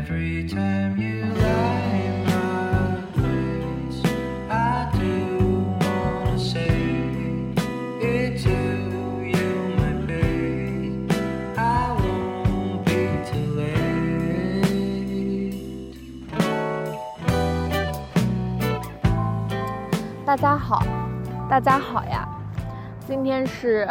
Every time you light my place, I do wanna say it's you my babe. I won't be too late. 大家好，大家好呀！今天是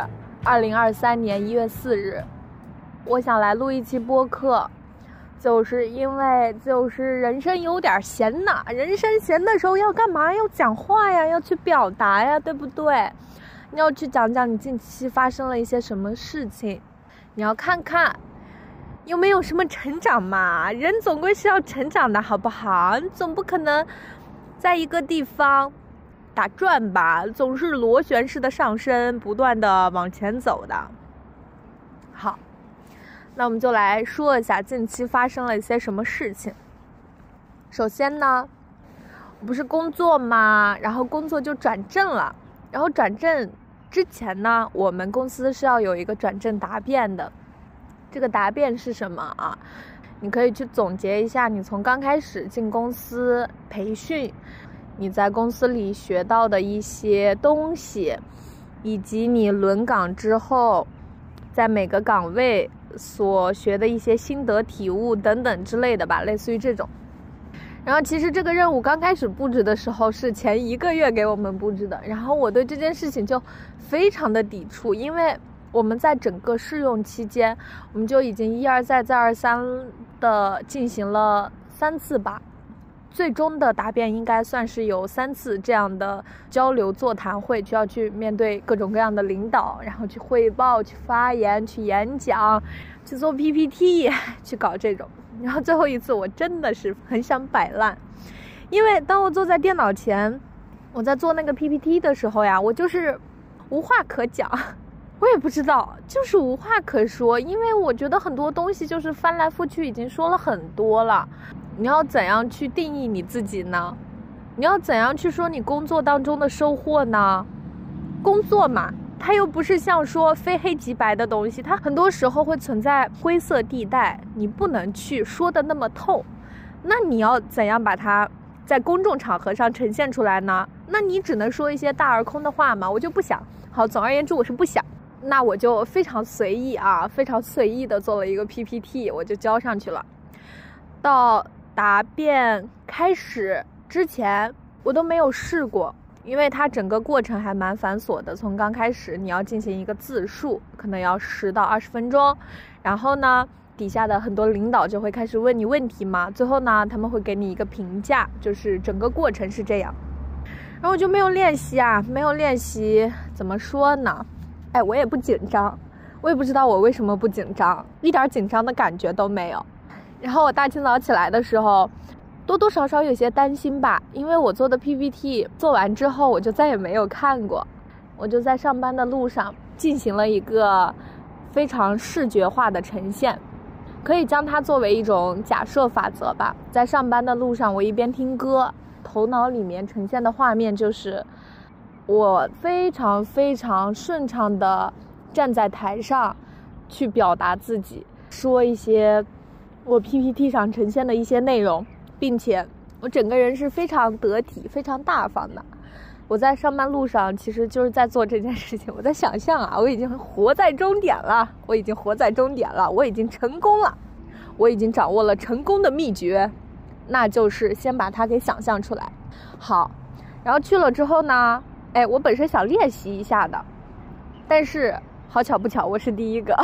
2023年1月4日，我想来录一期播客，就是因为人生有点闲呐。人生闲的时候要干嘛？要讲话呀，要去表达呀，对不对？你要去讲讲你近期发生了一些什么事情，你要看看有没有什么成长嘛。人总归是要成长的，好不好？你总不可能在一个地方打转吧，总是螺旋式的上升，不断的往前走的。好，那我们就来说一下近期发生了一些什么事情。首先呢，我不是工作嘛，然后工作就转正了，然后转正之前呢，我们公司是要有一个转正答辩的。这个答辩是什么啊？你可以去总结一下你从刚开始进公司培训，你在公司里学到的一些东西，以及你轮岗之后在每个岗位所学的一些心得体悟等等之类的吧，类似于这种。然后其实这个任务刚开始布置的时候是前1个月给我们布置的，然后我对这件事情就非常的抵触，因为我们在整个试用期间，我们就已经一而再再而三的进行了3次吧。最终的答辩应该算是有3次这样的交流座谈会，就要去面对各种各样的领导，然后去汇报、去发言、去演讲、去做 PPT、去搞这种。然后最后一次我真的是很想摆烂，因为当我坐在电脑前，我在做那个 PPT 的时候呀，我就是无话可讲，我也不知道，就是无话可说，因为我觉得很多东西就是翻来覆去已经说了很多了。你要怎样去定义你自己呢？你要怎样去说你工作当中的收获呢？工作嘛，它又不是像说非黑即白的东西，它很多时候会存在灰色地带，你不能去说的那么透。那你要怎样把它在公众场合上呈现出来呢？那你只能说一些大而空的话嘛，我就不想。好，总而言之我是不想。那我就非常随意啊，非常随意的做了一个 PPT， 我就交上去了。到答辩开始之前我都没有试过，因为它整个过程还蛮繁琐的。从刚开始你要进行一个自述，可能要10到20分钟，然后呢底下的很多领导就会开始问你问题嘛，最后呢他们会给你一个评价，就是整个过程是这样。然后我就没有练习啊，没有练习怎么说呢，我也不紧张，我也不知道我为什么不紧张，一点紧张的感觉都没有。然后我大清早起来的时候多多少少有些担心吧，因为我做的 PPT 做完之后我就再也没有看过，我就在上班的路上进行了一个非常视觉化的呈现，可以将它作为一种假设法则吧。在上班的路上我一边听歌，头脑里面呈现的画面就是我非常非常顺畅的站在台上去表达自己，说一些我 PPT 上呈现的一些内容，并且我整个人是非常得体非常大方的。我在上班路上其实就是在做这件事情，我在想象啊，我已经活在终点了，我已经活在终点了，我已经成功了，我已经掌握了成功的秘诀，那就是先把它给想象出来。好，然后去了之后呢，我本身想练习一下的，但是好巧不巧我是第一个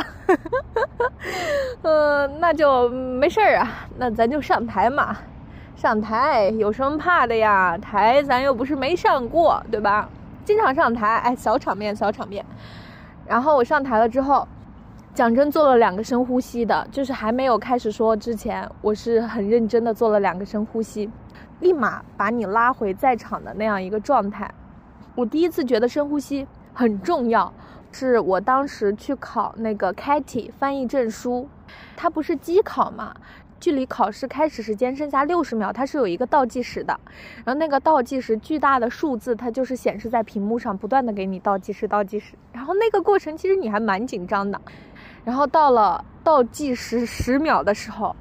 那就没事儿啊，那咱就上台嘛，上台有什么怕的呀？台咱又不是没上过，对吧？经常上台，小场面小场面。然后我上台了之后，讲真做了2个深呼吸的，就是还没有开始说之前，我是很认真的做了2个深呼吸，立马把你拉回在场的那样一个状态。我第一次觉得深呼吸很重要，是我当时去考那个 CATI 翻译证书，它不是机考嘛，距离考试开始时间剩下60秒，它是有一个倒计时的，然后那个倒计时巨大的数字它就是显示在屏幕上，不断的给你倒计时，然后那个过程其实你还蛮紧张的。然后到了倒计时10秒的时候，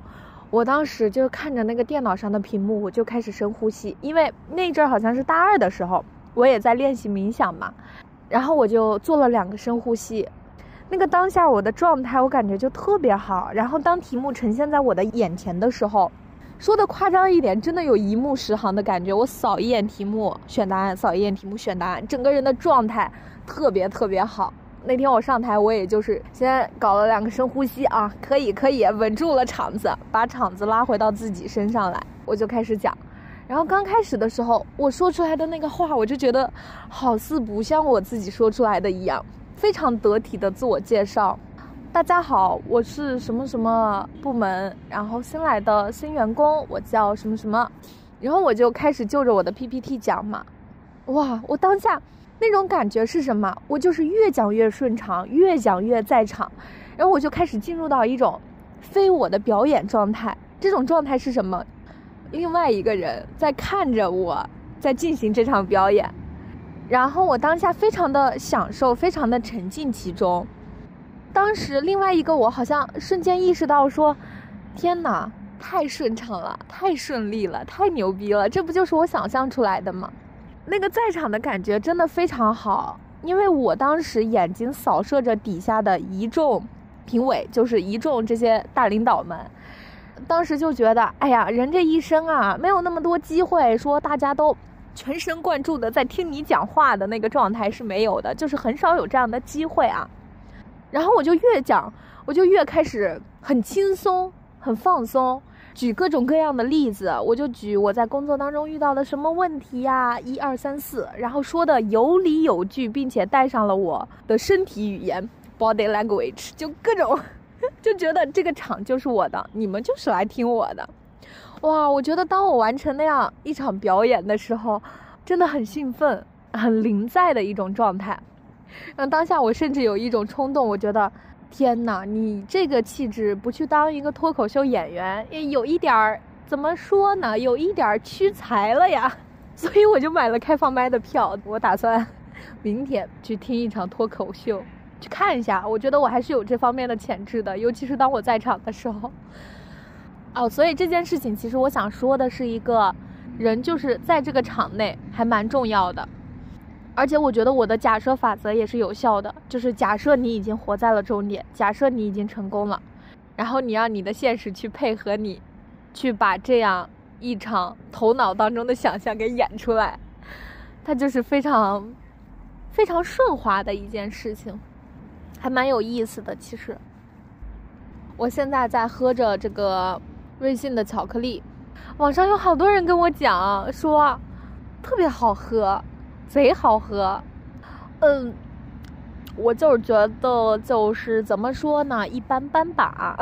我当时就看着那个电脑上的屏幕，我就开始深呼吸，因为那阵儿好像是大2的时候，我也在练习冥想嘛，然后我就做了2个深呼吸。那个当下我的状态我感觉就特别好，然后当题目呈现在我的眼前的时候，说的夸张一点，真的有一目十行的感觉。我扫一眼题目选答案，扫一眼题目选答案，整个人的状态特别特别好。那天我上台，我也就是先搞了2个深呼吸啊，可以稳住了场子，把场子拉回到自己身上来，我就开始讲。然后刚开始的时候，我说出来的那个话，我就觉得好似不像我自己说出来的一样，非常得体的自我介绍。大家好，我是什么什么部门，然后新来的新员工，我叫什么什么，然后我就开始就着我的 PPT 讲嘛。哇，我当下那种感觉是什么？我就是越讲越顺畅，越讲越在场，然后我就开始进入到一种非我的表演状态。这种状态是什么？另外一个人在看着我在进行这场表演，然后我当下非常的享受，非常的沉浸其中。当时另外一个我好像瞬间意识到说，天哪，太顺畅了，太顺利了，太牛逼了，这不就是我想象出来的吗？那个在场的感觉真的非常好，因为我当时眼睛扫射着底下的一众评委，就是一众这些大领导们，当时就觉得，哎呀，人这一生啊，没有那么多机会说大家都全神贯注的在听你讲话的那个状态是没有的，就是很少有这样的机会啊。然后我就越讲，我就越开始很轻松，很放松，举各种各样的例子，我就举我在工作当中遇到的什么问题呀，1、2、3、4，然后说的有理有据，并且带上了我的身体语言 body language， 就各种就觉得这个场就是我的，你们就是来听我的。哇，我觉得当我完成那样一场表演的时候，真的很兴奋，很临在的一种状态。然后当下我甚至有一种冲动，我觉得天哪，你这个气质不去当一个脱口秀演员，也有一点怎么说呢，有一点屈才了呀。所以我就买了开放麦的票，我打算明天去听一场脱口秀，去看一下。我觉得我还是有这方面的潜质的，尤其是当我在场的时候。所以这件事情其实我想说的是，一个人就是在这个场内还蛮重要的。而且我觉得我的假设法则也是有效的，就是假设你已经活在了终点，假设你已经成功了，然后你让你的现实去配合你，去把这样一场头脑当中的想象给演出来，它就是非常非常顺滑的一件事情，还蛮有意思的。其实我现在在喝着这个瑞幸的巧克力，网上有好多人跟我讲说特别好喝，贼好喝。我就是觉得就是怎么说呢，一般般吧。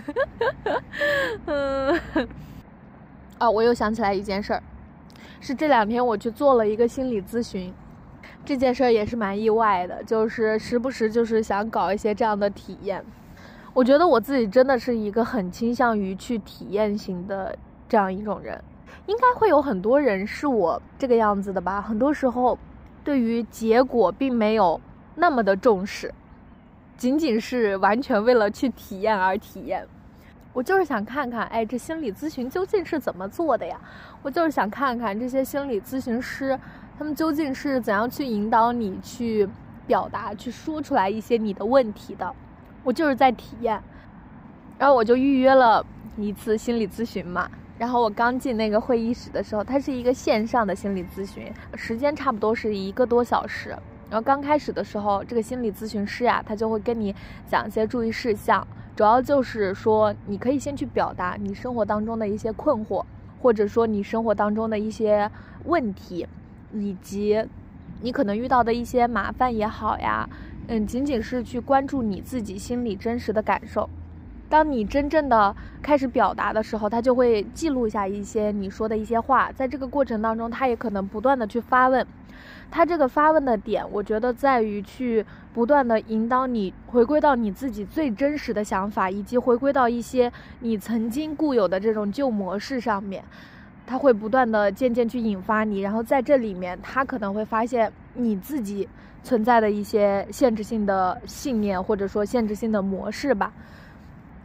我又想起来一件事儿，是这2天我去做了一个心理咨询，这件事儿也是蛮意外的，就是时不时就是想搞一些这样的体验。我觉得我自己真的是一个很倾向于去体验型的这样一种人，应该会有很多人是我这个样子的吧。很多时候对于结果并没有那么的重视，仅仅是完全为了去体验而体验。我就是想看看，这心理咨询究竟是怎么做的呀？我就是想看看这些心理咨询师他们究竟是怎样去引导你去表达，去说出来一些你的问题的。我就是在体验。然后我就预约了一次心理咨询嘛，然后我刚进那个会议室的时候，它是一个线上的心理咨询，时间差不多是1个多小时。然后刚开始的时候，这个心理咨询师呀，他就会跟你讲一些注意事项，主要就是说你可以先去表达你生活当中的一些困惑，或者说你生活当中的一些问题，以及你可能遇到的一些麻烦也好呀，仅仅是去关注你自己心里真实的感受。当你真正的开始表达的时候，他就会记录下一些你说的一些话，在这个过程当中，他也可能不断的去发问。他这个发问的点，我觉得在于去不断的引导你回归到你自己最真实的想法，以及回归到一些你曾经固有的这种旧模式上面。他会不断的渐渐去引发你，然后在这里面他可能会发现你自己存在的一些限制性的信念，或者说限制性的模式吧。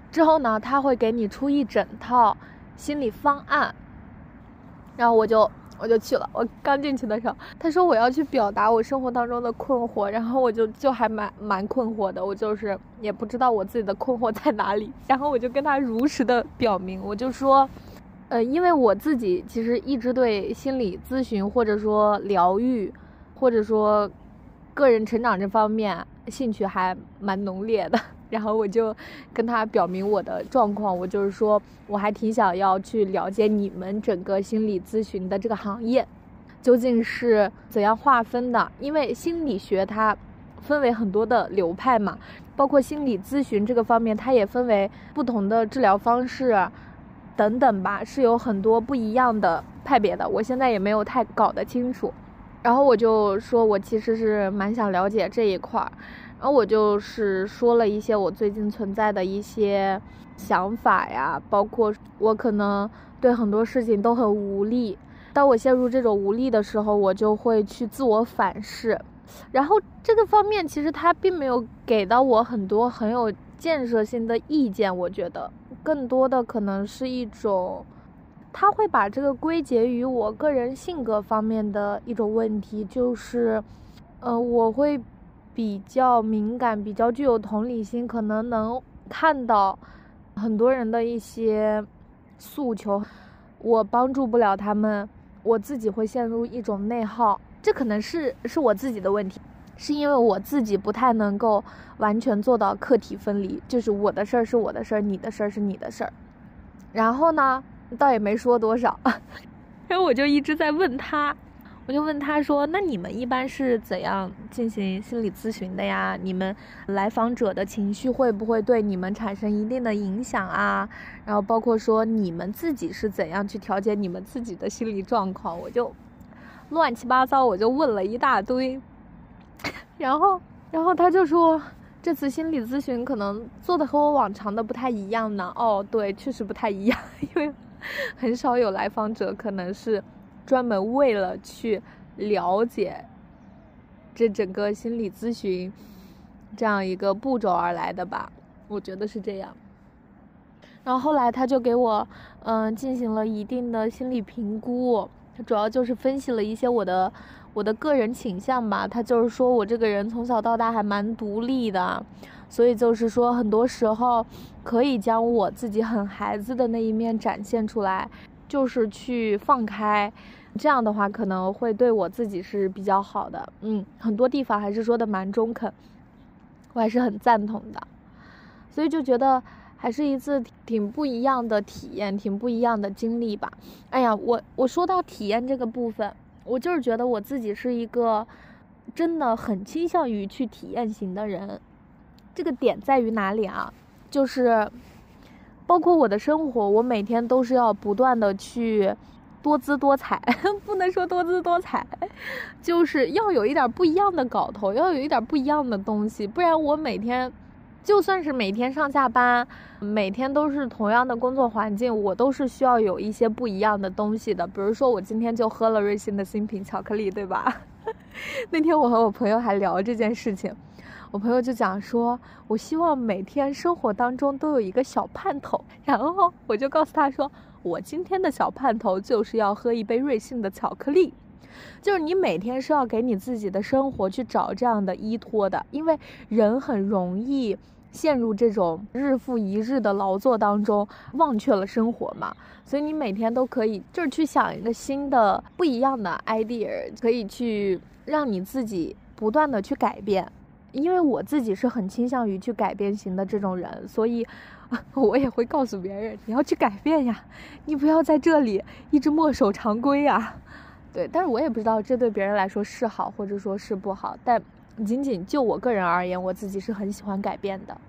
之后呢，他会给你出一整套心理方案，然后我就去了。我刚进去的时候，他说我要去表达我生活当中的困惑，然后我就还蛮困惑的，我就是也不知道我自己的困惑在哪里，然后我就跟他如实的表明，我就说因为我自己其实一直对心理咨询或者说疗愈或者说个人成长这方面兴趣还蛮浓烈的，然后我就跟他表明我的状况，我就是说我还挺想要去了解你们整个心理咨询的这个行业究竟是怎样划分的，因为心理学它分为很多的流派嘛，包括心理咨询这个方面它也分为不同的治疗方式等等吧，是有很多不一样的派别的，我现在也没有太搞得清楚。然后我就说我其实是蛮想了解这一块，然后我就是说了一些我最近存在的一些想法呀，包括我可能对很多事情都很无力，当我陷入这种无力的时候，我就会去自我反噬，然后这个方面其实他并没有给到我很多很有建设性的意见，我觉得更多的可能是一种他会把这个归结于我个人性格方面的一种问题，就是我会比较敏感，比较具有同理心，可能能看到很多人的一些诉求，我帮助不了他们，我自己会陷入一种内耗，这可能是我自己的问题，是因为我自己不太能够完全做到客体分离，就是我的事儿是我的事儿，你的事儿是你的事儿。然后呢倒也没说多少，然后我就一直在问他，我就问他说，那你们一般是怎样进行心理咨询的呀？你们来访者的情绪会不会对你们产生一定的影响啊？然后包括说你们自己是怎样去调节你们自己的心理状况，我就乱七八糟我就问了一大堆，然后他就说这次心理咨询可能做的和我往常的不太一样呢。哦，对，确实不太一样，因为很少有来访者可能是专门为了去了解这整个心理咨询这样一个步骤而来的吧，我觉得是这样。然后后来他就给我进行了一定的心理评估，主要就是分析了一些我的个人倾向吧，他就是说我这个人从小到大还蛮独立的，所以就是说很多时候可以将我自己很孩子的那一面展现出来，就是去放开，这样的话可能会对我自己是比较好的。很多地方还是说的蛮中肯，我还是很赞同的，所以就觉得还是一次挺不一样的体验，挺不一样的经历吧。哎呀，我说到体验这个部分，我就是觉得我自己是一个真的很倾向于去体验型的人。这个点在于哪里啊？就是包括我的生活，我每天都是要不断的去多姿多彩不能说多姿多彩，就是要有一点不一样的搞头，要有一点不一样的东西，不然我每天就算是每天上下班，每天都是同样的工作环境，我都是需要有一些不一样的东西的。比如说我今天就喝了瑞幸的新品巧克力，对吧？那天我和我朋友还聊这件事情，我朋友就讲说，我希望每天生活当中都有一个小盼头，然后我就告诉他说，我今天的小盼头就是要喝一杯瑞幸的巧克力。就是你每天是要给你自己的生活去找这样的依托的，因为人很容易陷入这种日复一日的劳作当中，忘却了生活嘛。所以你每天都可以就是去想一个新的不一样的 idea， 可以去让你自己不断的去改变。因为我自己是很倾向于去改变型的这种人，所以我也会告诉别人，你要去改变呀，你不要在这里一直墨守常规呀。对，但是我也不知道这对别人来说是好或者说是不好，但仅仅就我个人而言，我自己是很喜欢改变的。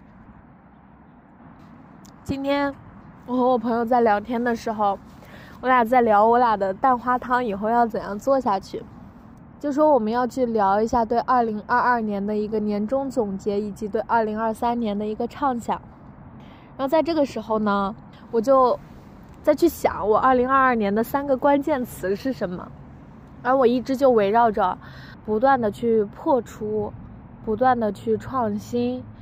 今天我和我朋友在聊天的时候，我俩在聊我俩的蛋花汤以后要怎样做下去，就说我们要去聊一下对2022年的一个年终总结，以及对2023年的一个畅想。然后在这个时候呢，我就再去想我2022年的3个关键词是什么，而我一直就围绕着不断的去破除，不断的去创新，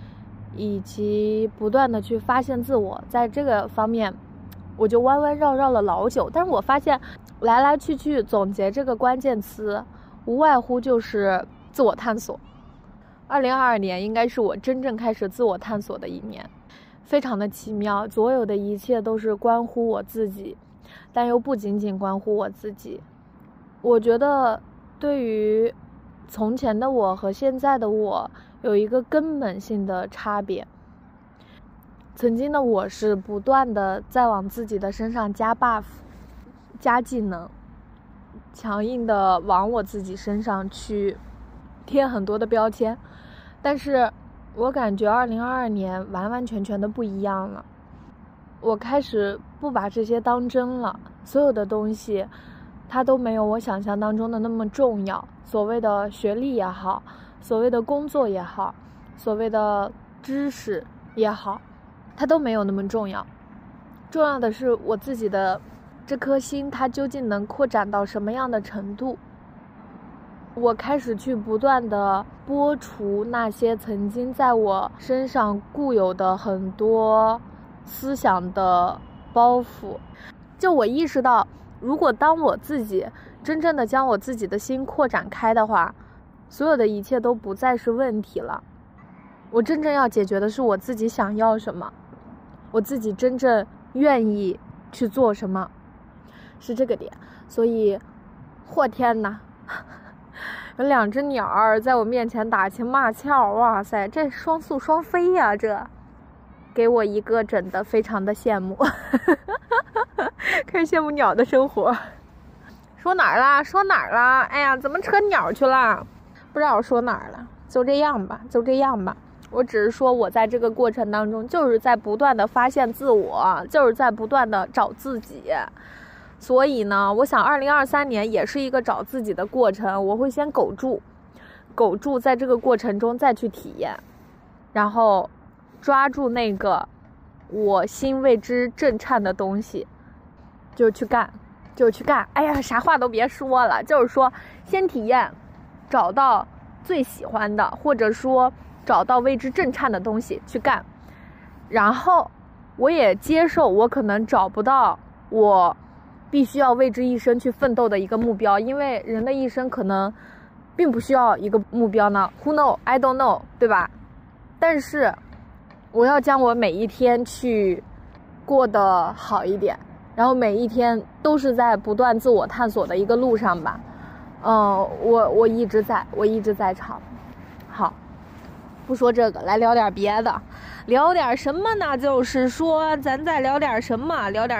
以及不断的去发现自我。在这个方面我就弯弯绕绕了老久，但是我发现来来去去总结这个关键词无外乎就是自我探索。2022年应该是我真正开始自我探索的一年，非常的奇妙，所有的一切都是关乎我自己，但又不仅仅关乎我自己。我觉得对于从前的我和现在的我有一个根本性的差别。曾经的我是不断的在往自己的身上加 buff 加技能，强硬的往我自己身上去贴很多的标签，但是我感觉2022年完完全全的不一样了。我开始不把这些当真了，所有的东西它都没有我想象当中的那么重要。所谓的学历也好，所谓的工作也好，所谓的知识也好，它都没有那么重要。重要的是我自己的这颗心，它究竟能扩展到什么样的程度。我开始去不断的剥除那些曾经在我身上固有的很多思想的包袱。就我意识到，如果当我自己真正的将我自己的心扩展开的话，所有的一切都不再是问题了。我真正要解决的是我自己想要什么，我自己真正愿意去做什么，是这个点。所以我天哪，有2只鸟儿在我面前打情骂俏，哇塞，这双宿双飞呀，这给我一个整的非常的羡慕开始羡慕鸟的生活。说哪儿啦？说哪儿啦？哎呀，怎么扯鸟去了？不知道我说哪儿了。就这样吧，就这样吧。我只是说我在这个过程当中就是在不断的发现自我，就是在不断的找自己。所以呢，我想2023年也是一个找自己的过程。我会先苟住在这个过程中再去体验，然后抓住那个我心为之震颤的东西，就去干。哎呀，啥话都别说了，就是说先体验，找到最喜欢的，或者说找到为之震颤的东西去干。然后我也接受我可能找不到我必须要为之一生去奋斗的一个目标，因为人的一生可能并不需要一个目标呢。 Who know? I don't know， 对吧？但是我要将我每一天去过得好一点，然后每一天都是在不断自我探索的一个路上吧。我一直在吵。好，不说这个，来聊点别的。聊点什么呢？就是说咱再聊点什么？聊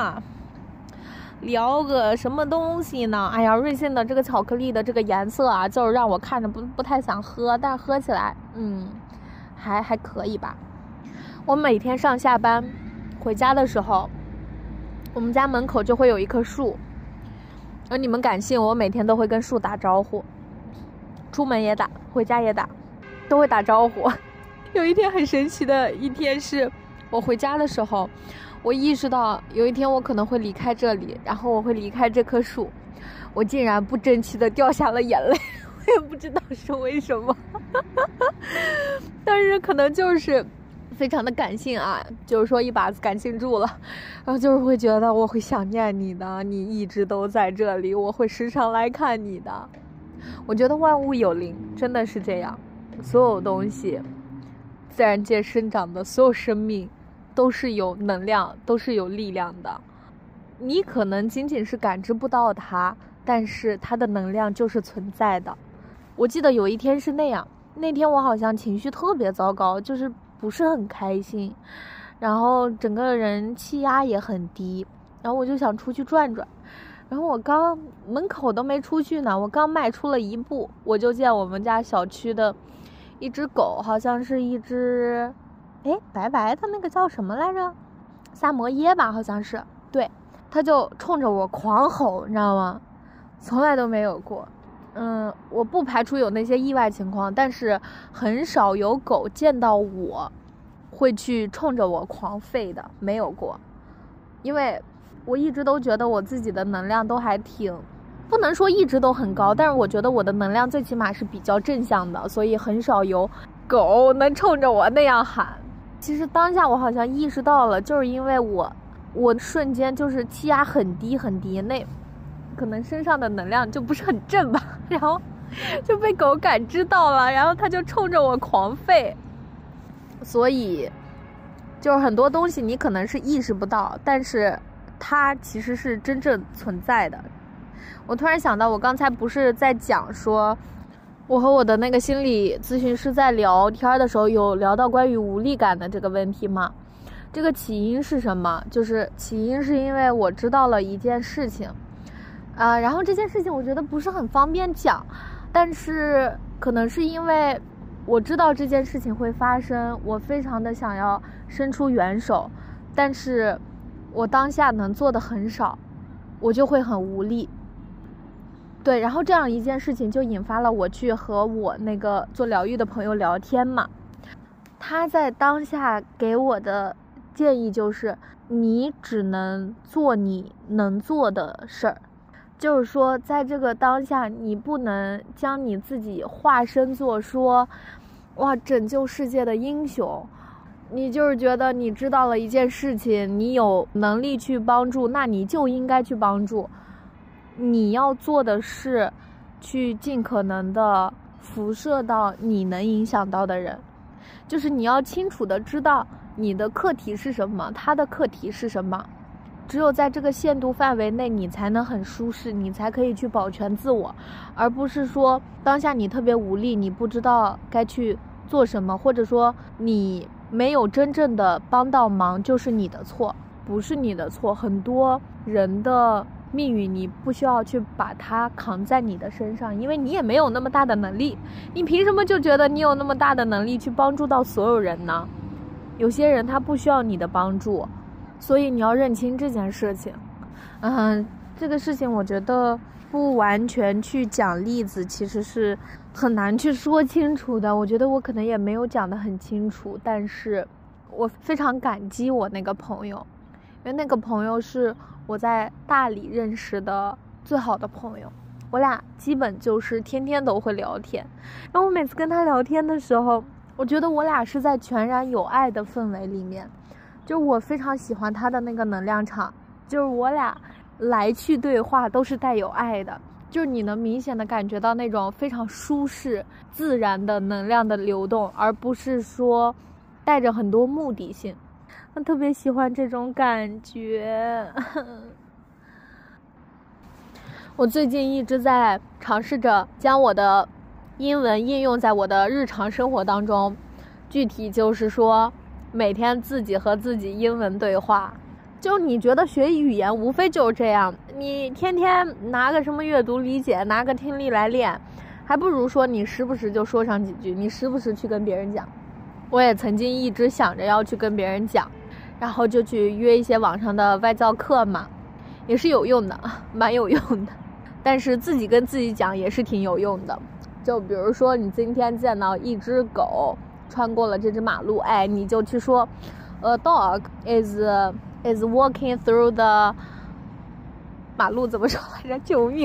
个什么东西呢？哎呀，瑞幸的这个巧克力的这个颜色啊，就是让我看着不太想喝，但是喝起来还可以吧。我每天上下班回家的时候，我们家门口就会有一棵树，而你们敢信我每天都会跟树打招呼，出门也打，回家也打，都会打招呼。有一天很神奇的一天是我回家的时候，我意识到有一天我可能会离开这里，然后我会离开这棵树，我竟然不争气的掉下了眼泪。我也不知道是为什么但是可能就是非常的感性啊，就是说一把子感性住了，然后就是会觉得我会想念你的，你一直都在这里，我会时常来看你的。我觉得万物有灵，真的是这样，所有东西，自然界生长的所有生命都是有能量，都是有力量的。你可能仅仅是感知不到它，但是它的能量就是存在的。我记得有一天是那样，那天我好像情绪特别糟糕，就是不是很开心，然后整个人气压也很低，然后我就想出去转转，然后我刚门口都没出去呢，我刚迈出了一步，我就见我们家小区的一只狗，好像是一只白白的那个叫什么来着，萨摩耶吧，好像是，对，它就冲着我狂吼，你知道吗？从来都没有过。我不排除有那些意外情况，但是很少有狗见到我会去冲着我狂吠的，没有过。因为我一直都觉得我自己的能量都还挺，不能说一直都很高，但是我觉得我的能量最起码是比较正向的，所以很少有狗能冲着我那样喊。其实当下我好像意识到了，就是因为我瞬间就是气压很低很低，那可能身上的能量就不是很正吧，然后就被狗感知到了，然后它就冲着我狂吠。所以就是很多东西你可能是意识不到，但是它其实是真正存在的。我突然想到，我刚才不是在讲说我和我的那个心理咨询师在聊天的时候有聊到关于无力感的这个问题吗？这个起因是什么？就是起因是因为我知道了一件事情然后这件事情我觉得不是很方便讲，但是可能是因为我知道这件事情会发生，我非常的想要伸出援手，但是我当下能做的很少，我就会很无力。对，然后这样一件事情就引发了我去和我那个做疗愈的朋友聊天嘛。他在当下给我的建议就是，你只能做你能做的事儿，就是说在这个当下你不能将你自己化身做说哇拯救世界的英雄，你就是觉得你知道了一件事情，你有能力去帮助，那你就应该去帮助。你要做的是去尽可能的辐射到你能影响到的人，就是你要清楚的知道你的课题是什么，他的课题是什么，只有在这个限度范围内你才能很舒适，你才可以去保全自我，而不是说当下你特别无力，你不知道该去做什么，或者说你没有真正的帮到忙就是你的错。不是你的错，很多人的命运你不需要去把它扛在你的身上，因为你也没有那么大的能力，你凭什么就觉得你有那么大的能力去帮助到所有人呢？有些人他不需要你的帮助，所以你要认清这件事情。这个事情我觉得不完全去讲例子其实是很难去说清楚的，我觉得我可能也没有讲得很清楚，但是我非常感激我那个朋友，因为那个朋友是我在大理认识的最好的朋友，我俩基本就是天天都会聊天。然后我每次跟他聊天的时候，我觉得我俩是在全然有爱的氛围里面，就是我非常喜欢他的那个能量场，就是我俩来去对话都是带有爱的，就是你能明显的感觉到那种非常舒适自然的能量的流动，而不是说带着很多目的性。我特别喜欢这种感觉。我最近一直在尝试着将我的英文应用在我的日常生活当中，具体就是说每天自己和自己英文对话。就你觉得学语言无非就是这样，你天天拿个什么阅读理解，拿个听力来练，还不如说你时不时就说上几句，你时不时去跟别人讲。我也曾经一直想着要去跟别人讲，然后就去约一些网上的外教课嘛，也是有用的，蛮有用的。但是自己跟自己讲也是挺有用的。就比如说你今天见到一只狗穿过了这只马路，你就去说 A dog is walking through the 马路怎么说来着？救命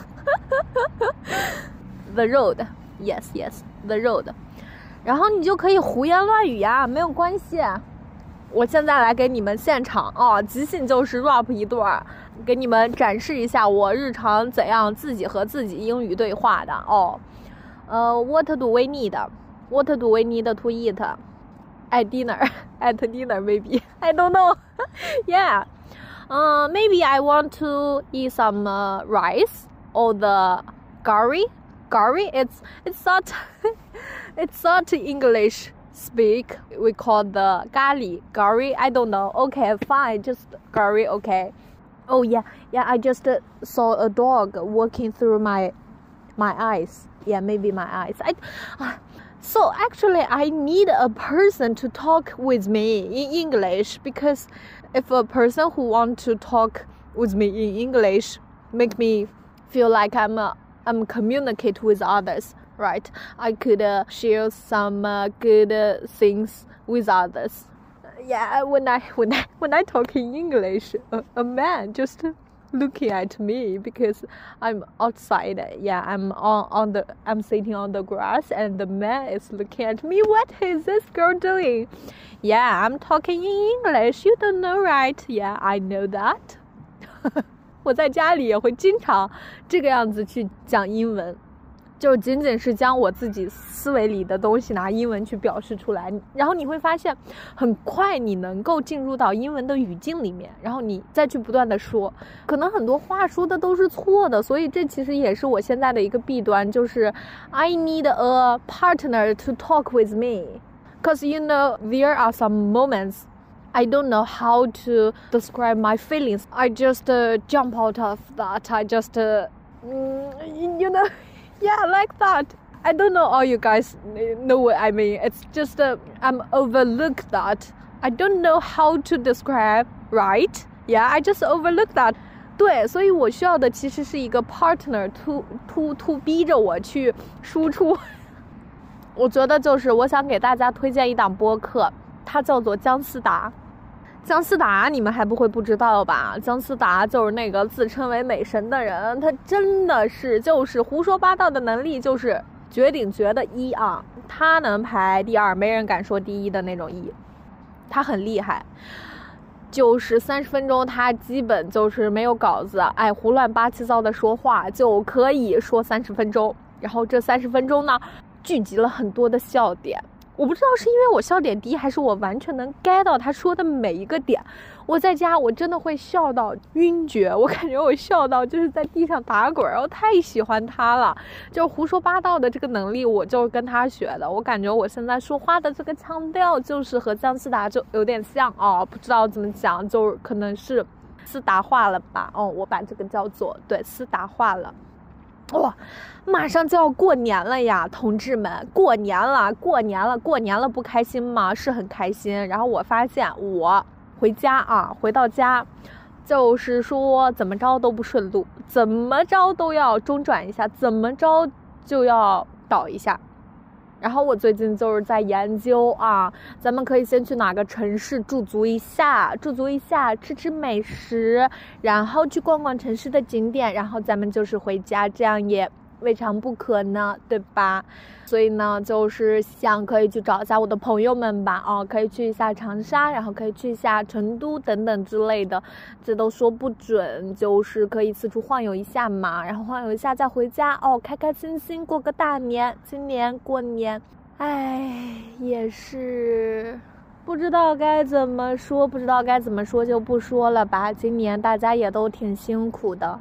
The road. Yes, the road. 然后你就可以胡言乱语呀，没有关系。我现在来给你们现场即兴就是 rap 一段，给你们展示一下我日常怎样自己和自己英语对话的What do we need? What do we need to eat? At dinner maybe. I don't know. Yeah. Maybe I want to eat some rice or the curry. It's not it's not English speak. We call the curry. I don't know. Okay, fine. Just curry. Okay. Oh yeah. I just saw a dog walking through my eyes. Yeah, maybe my eyes. So actually, I need a person to talk with me in English, because if a person who wants to talk with me in English make me feel like I'm communicate with others, right? I could share some good things with others. Yeah, when I talk in English, a man just looking at me because I'm outside. Yeah, I'm sitting on the grass and the man is looking at me. What is this girl doing? Yeah, I'm talking in English. You don't know, right? Yeah, I know that. 我在家里也会经常这个样子去讲英文，就仅仅是将我自己思维里的东西拿英文去表示出来，然后你会发现很快你能够进入到英文的语境里面，然后你再去不断的说，可能很多话说的都是错的，所以这其实也是我现在的一个弊端，就是 I need a partner to talk with me because you know there are some moments I don't know how to describe my feelings. I just jump out of that. I just you know yeah, like that. I don't know all you guys know what I mean. It's just I'm overlooked that. I don't know how to describe, right? Yeah, I just overlook that. 对，所以我需要的其实是一个 partner to 逼着我去输出。我觉得就是我想给大家推荐一档播客，它叫做姜思达。姜思达你们还不会不知道吧？姜思达就是那个自称为美神的人，他真的是就是胡说八道的能力就是绝顶绝的一啊，他能排第二，没人敢说第一的那种一，他很厉害。就是30分钟他基本就是没有稿子，胡乱八七糟的说话就可以说30分钟，然后这30分钟呢聚集了很多的笑点。我不知道是因为我笑点低，还是我完全能 get 到他说的每一个点。我在家我真的会笑到晕厥，我感觉我笑到就是在地上打滚，我太喜欢他了。就是胡说八道的这个能力，我就是跟他学的。我感觉我现在说话的这个腔调，就是和姜思达就有点像哦，不知道怎么讲，就可能是思达化了吧？哦，我把这个叫做对思达化了。哇，马上就要过年了呀，同志们，过年了，不开心吗？是很开心。然后我发现我回家啊，回到家，就是说怎么着都不顺路，怎么着都要中转一下，怎么着就要倒一下。然后我最近就是在研究啊，咱们可以先去哪个城市驻足一下，吃吃美食，然后去逛逛城市的景点，然后咱们就是回家，这样也未尝不可呢，对吧？所以呢，就是想可以去找一下我的朋友们吧，可以去一下长沙，然后可以去一下成都等等之类的，这都说不准，就是可以四处晃悠一下嘛，然后晃悠一下再回家，开开心心过个大年。今年过年，也是不知道该怎么说就不说了吧。今年大家也都挺辛苦的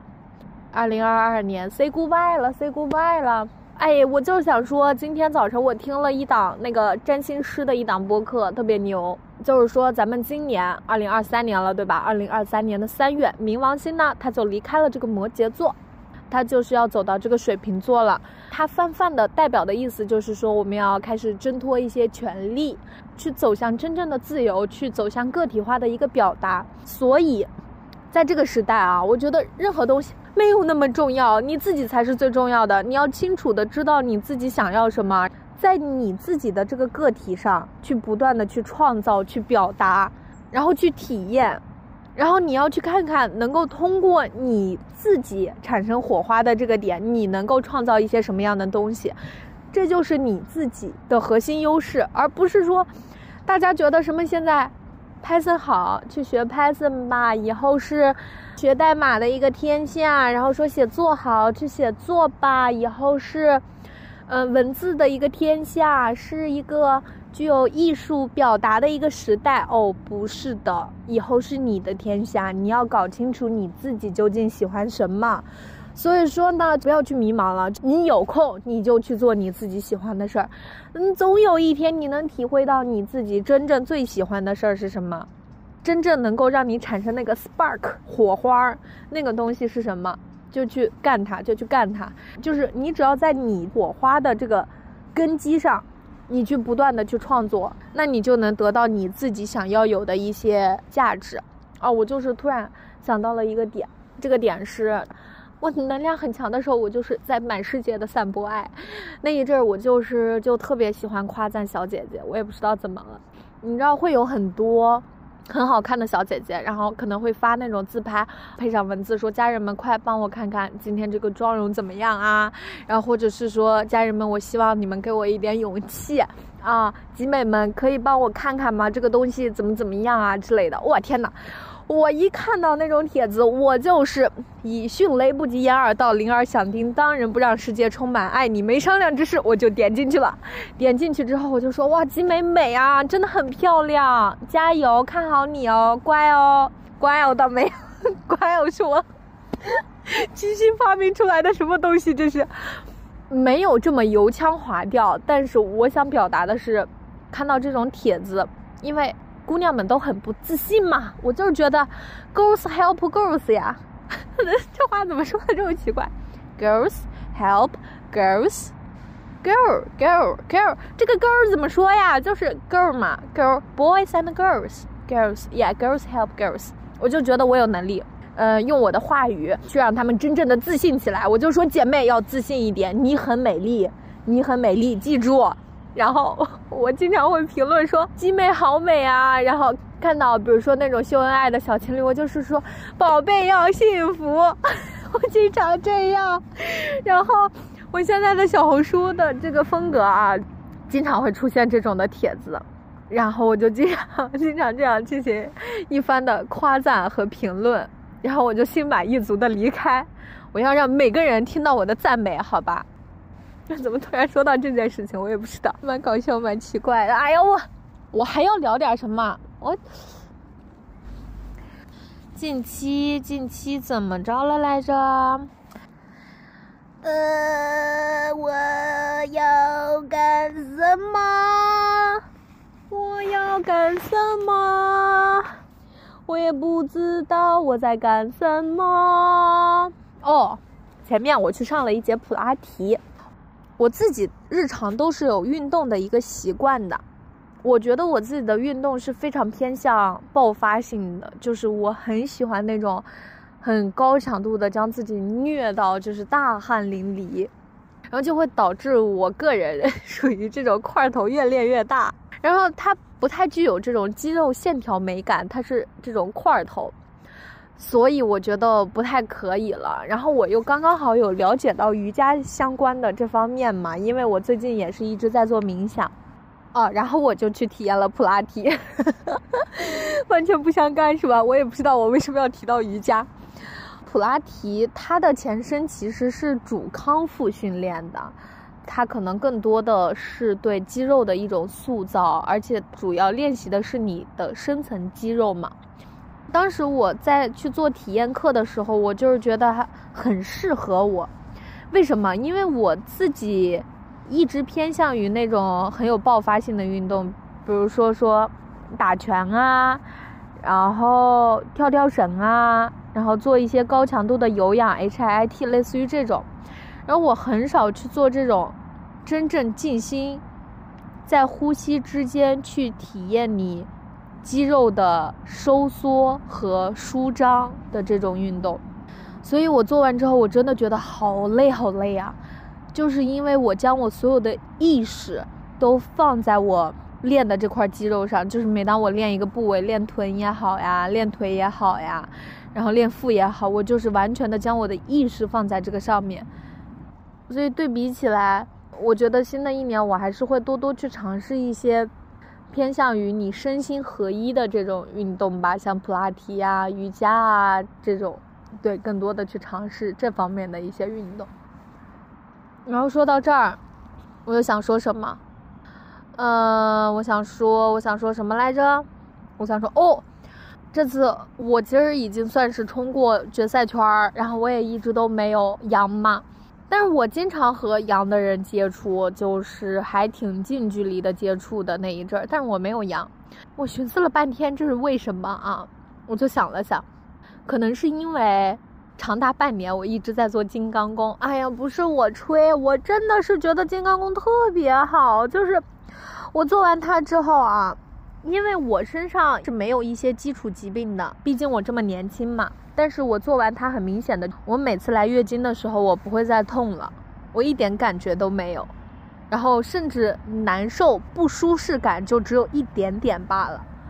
，2022年 say goodbye 了。我就想说，今天早晨我听了一档那个占星师的一档播客，特别牛。就是说咱们今年2023年了，对吧？2023年的3月，冥王星呢，它就离开了这个摩羯座，它就是要走到这个水瓶座了。它泛的代表的意思就是说，我们要开始挣脱一些权利，去走向真正的自由，去走向个体化的一个表达。所以在这个时代啊，我觉得任何东西没有那么重要，你自己才是最重要的。你要清楚的知道你自己想要什么，在你自己的这个个体上去不断的去创造，去表达，然后去体验，然后你要去看看能够通过你自己产生火花的这个点，你能够创造一些什么样的东西，这就是你自己的核心优势，而不是说大家觉得什么现在Python 好，去学 Python 吧，以后是学代码的一个天下，然后说写作好，去写作吧，以后是文字的一个天下，是一个具有艺术表达的一个时代。不是的，以后是你的天下，你要搞清楚你自己究竟喜欢什么。所以说呢，不要去迷茫了，你有空你就去做你自己喜欢的事儿，总有一天你能体会到你自己真正最喜欢的事儿是什么，真正能够让你产生那个 spark 火花，那个东西是什么，就去干它，就是你只要在你火花的这个根基上，你去不断的去创作，那你就能得到你自己想要有的一些价值。我就是突然想到了一个点，这个点是我能量很强的时候，我就是在满世界的散播爱。那一阵儿我就特别喜欢夸赞小姐姐，我也不知道怎么了，你知道会有很多很好看的小姐姐，然后可能会发那种自拍，配上文字说家人们快帮我看看今天这个妆容怎么样啊，然后或者是说家人们我希望你们给我一点勇气啊，集美们可以帮我看看吗？这个东西怎么样啊之类的。哇天哪，我一看到那种帖子，我就是以迅雷不及掩耳盗铃儿响叮当，人不让世界充满爱你没商量之事，我就点进去了。点进去之后我就说，哇，集美美啊，真的很漂亮，加油，看好你哦，乖哦，乖哦倒没有，乖哦是我即兴发明出来的什么东西，这是没有这么油腔滑调。但是我想表达的是，看到这种帖子，因为姑娘们都很不自信嘛，我就是觉得 girls help girls 呀这话怎么说的这么奇怪， girls help girls girl 这个 girl 怎么说呀，就是 girl 嘛， girl boys and girls yeah girls help girls。 我就觉得我有能力用我的话语去让他们真正的自信起来。我就说姐妹要自信一点，你很美丽，你很美丽，记住。然后我经常会评论说集美好美啊，然后看到比如说那种秀恩爱的小情侣，我就是说宝贝要幸福我经常这样。然后我现在的小红书的这个风格啊，经常会出现这种的帖子，然后我就经常这样进行一番的夸赞和评论，然后我就心满意足的离开。我要让每个人听到我的赞美，好吧？怎么突然说到这件事情，我也不知道，蛮搞笑蛮奇怪的。哎呀，我还要聊点什么？我近期怎么着了来着？我要干什么？我也不知道我在干什么。哦，前面我去上了一节普拉提。我自己日常都是有运动的一个习惯的，我觉得我自己的运动是非常偏向爆发性的，就是我很喜欢那种很高强度的将自己虐到就是大汗淋漓，然后就会导致我个人属于这种块头越练越大，然后它不太具有这种肌肉线条美感，它是这种块头，所以我觉得不太可以了。然后我又刚刚好有了解到瑜伽相关的这方面嘛，因为我最近也是一直在做冥想然后我就去体验了普拉提完全不相干是吧？我也不知道我为什么要提到瑜伽。普拉提它的前身其实是主康复训练的，它可能更多的是对肌肉的一种塑造，而且主要练习的是你的深层肌肉嘛。当时我在去做体验课的时候，我就是觉得很适合我。为什么？因为我自己一直偏向于那种很有爆发性的运动，比如说打拳啊，然后跳绳啊，然后做一些高强度的有氧 HIIT 类似于这种。然后我很少去做这种真正静心在呼吸之间去体验你肌肉的收缩和舒张的这种运动，所以我做完之后我真的觉得好累啊，就是因为我将我所有的意识都放在我练的这块肌肉上，就是每当我练一个部位，练臀也好呀，练腿也好呀，然后练腹也好，我就是完全的将我的意识放在这个上面。所以对比起来，我觉得新的一年我还是会多去尝试一些偏向于你身心合一的这种运动吧，像普拉提啊、瑜伽啊这种，对，更多的去尝试这方面的一些运动。然后说到这儿，我又想说什么？我想说什么来着？我想说这次我其实已经算是冲过决赛圈，然后我也一直都没有阳嘛。但是我经常和阳的人接触，就是还挺近距离的接触的那一阵儿，但是我没有阳。我寻思了半天这是为什么啊？我就想了想，可能是因为长达半年我一直在做金刚功。哎呀，不是我吹，我真的是觉得金刚功特别好。就是我做完它之后啊，因为我身上是没有一些基础疾病的，毕竟我这么年轻嘛，但是我做完它很明显的，我每次来月经的时候我不会再痛了，我一点感觉都没有，然后甚至难受不舒适感就只有一点点罢了。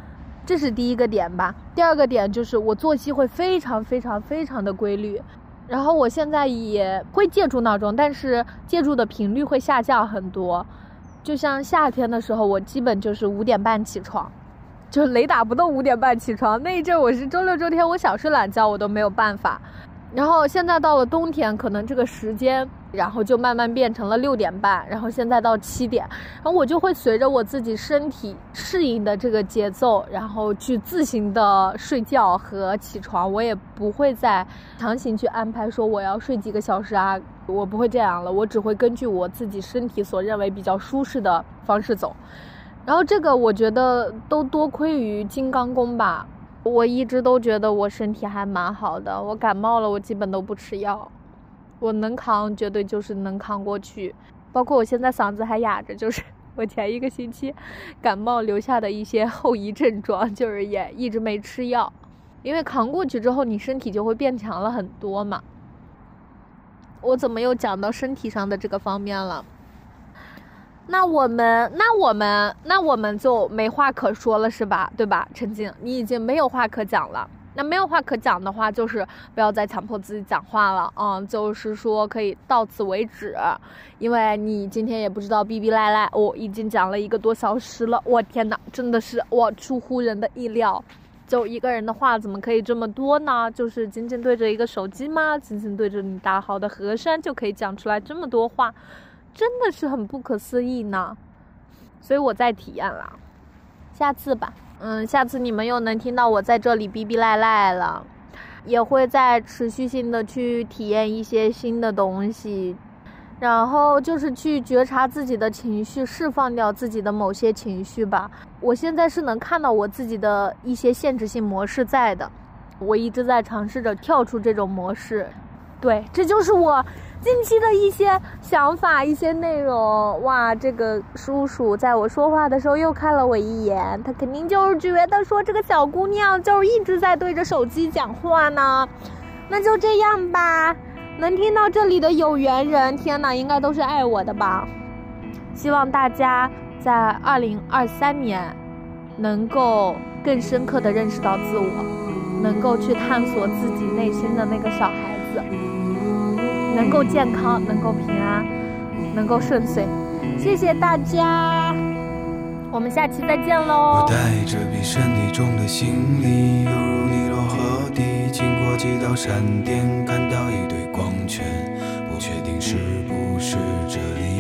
这是第一个点吧。第二个点就是我作息会非常的规律，然后我现在也会借助闹钟，但是借助的频率会下降很多。就像夏天的时候，我基本就是5点半起床，就雷打不动5点半起床。那一阵我是周六周天我想睡懒觉我都没有办法。然后现在到了冬天，可能这个时间然后就慢慢变成了6点半，然后现在到7点，然后我就会随着我自己身体适应的这个节奏，然后去自行的睡觉和起床。我也不会再强行去安排说我要睡几个小时啊，我不会这样了，我只会根据我自己身体所认为比较舒适的方式走。然后这个我觉得都多亏于金刚功吧，我一直都觉得我身体还蛮好的，我感冒了我基本都不吃药，我能扛绝对就是能扛过去。包括我现在嗓子还哑着，就是我前1个星期感冒留下的一些后遗症状，就是也一直没吃药。因为扛过去之后你身体就会变强了很多嘛。我怎么又讲到身体上的这个方面了？那我们就没话可说了是吧？对吧？陈静，你已经没有话可讲了。那没有话可讲的话，就是不要再强迫自己讲话了，就是说可以到此为止。因为你今天也不知道逼逼赖赖，我已经讲了1个多小时了，我天哪，真的是我出乎人的意料。就一个人的话怎么可以这么多呢？就是仅仅对着一个手机吗？仅仅对着你大好的河山就可以讲出来这么多话，真的是很不可思议呢。所以我在体验了，下次吧。下次你们又能听到我在这里逼逼赖赖了，也会再持续性的去体验一些新的东西，然后就是去觉察自己的情绪，释放掉自己的某些情绪吧。我现在是能看到我自己的一些限制性模式在的，我一直在尝试着跳出这种模式。对，这就是我近期的一些想法，一些内容。哇，这个叔叔在我说话的时候又看了我一眼，他肯定就是觉得说这个小姑娘就是一直在对着手机讲话呢。那就这样吧，能听到这里的有缘人，天哪，应该都是爱我的吧。希望大家在2023年能够更深刻地认识到自我，能够去探索自己内心的那个小孩子，能够健康，能够平安，能够顺遂。谢谢大家，我们下期再见喽。 我带着比身体重的行李，犹如尼罗河底，经过几道闪电，看到一堆光圈，不确定是不是这里。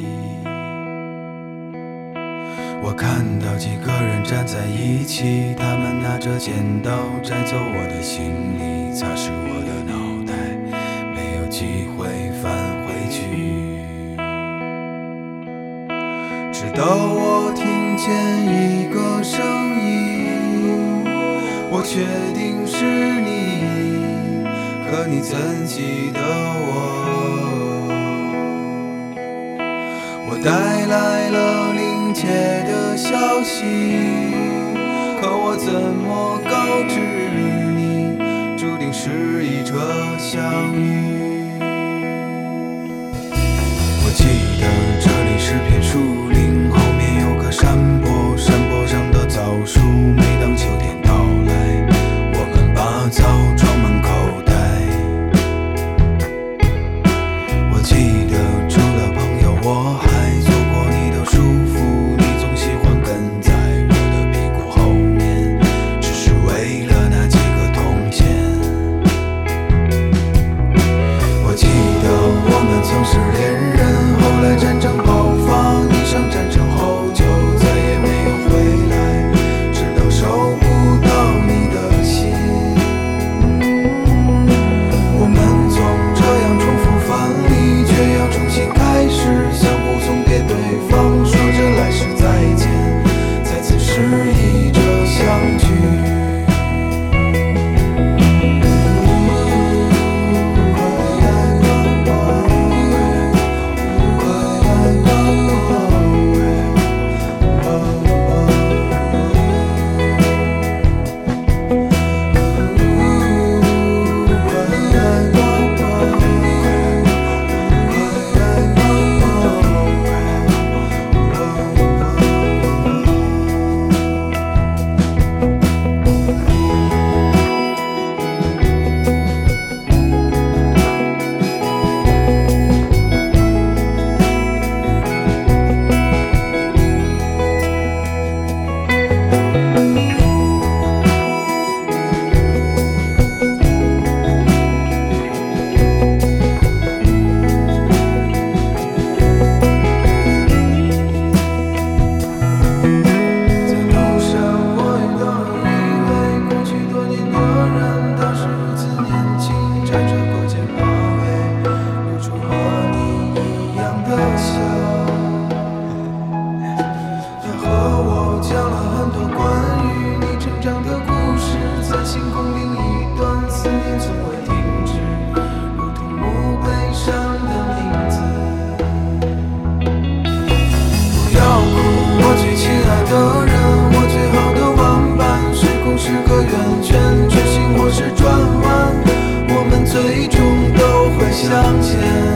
我看到几个人站在一起，他们拿着剪刀摘走我的行李，擦拭我的脑袋，没有机会返回去。直到我听见一个声音，我确定是你，可你怎记得我？我带来了临界的消息，可我怎么告知你，注定是一场相遇。我记得这里是片树林，后面有个山坡，山坡上的枣树，每当秋天到来，我们把枣装满口袋。我记得除了朋友，我还做过你的叔父，你总喜欢跟在我的屁股后面，只是为了那几个铜钱。我记得我们曾是恋人，后来战争见。